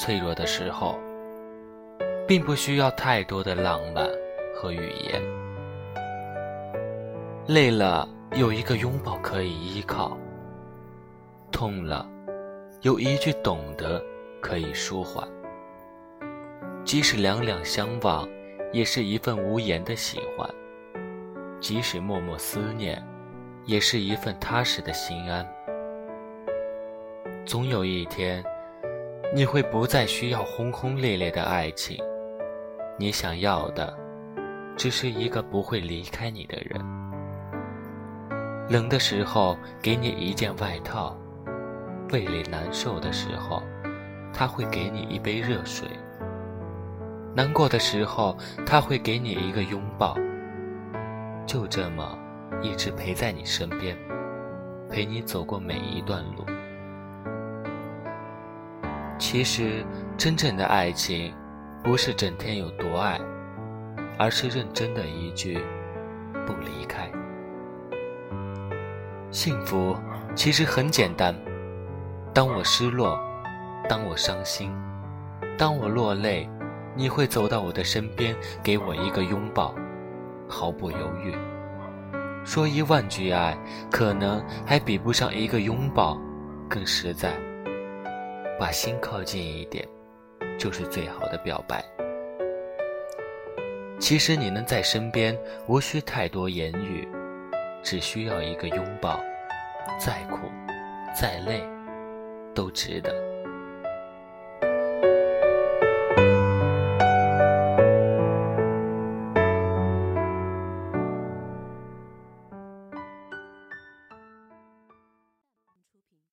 脆弱的时候，并不需要太多的浪漫和语言。累了，有一个拥抱可以依靠；痛了，有一句懂得可以舒缓。即使两两相望，也是一份无言的喜欢；即使默默思念，也是一份踏实的心安。总有一天，你会不再需要轰轰烈烈的爱情，你想要的只是一个不会离开你的人。冷的时候给你一件外套，胃里难受的时候他会给你一杯热水，难过的时候他会给你一个拥抱，就这么一直陪在你身边，陪你走过每一段路。其实真正的爱情不是整天有多爱，而是认真的一句不离开。幸福其实很简单，当我失落，当我伤心，当我落泪，你会走到我的身边，给我一个拥抱，毫不犹豫。说10000句爱，可能还比不上一个拥抱更实在。把心靠近一点，就是最好的表白。其实你能在身边，无需太多言语，只需要一个拥抱，再苦再累都值得。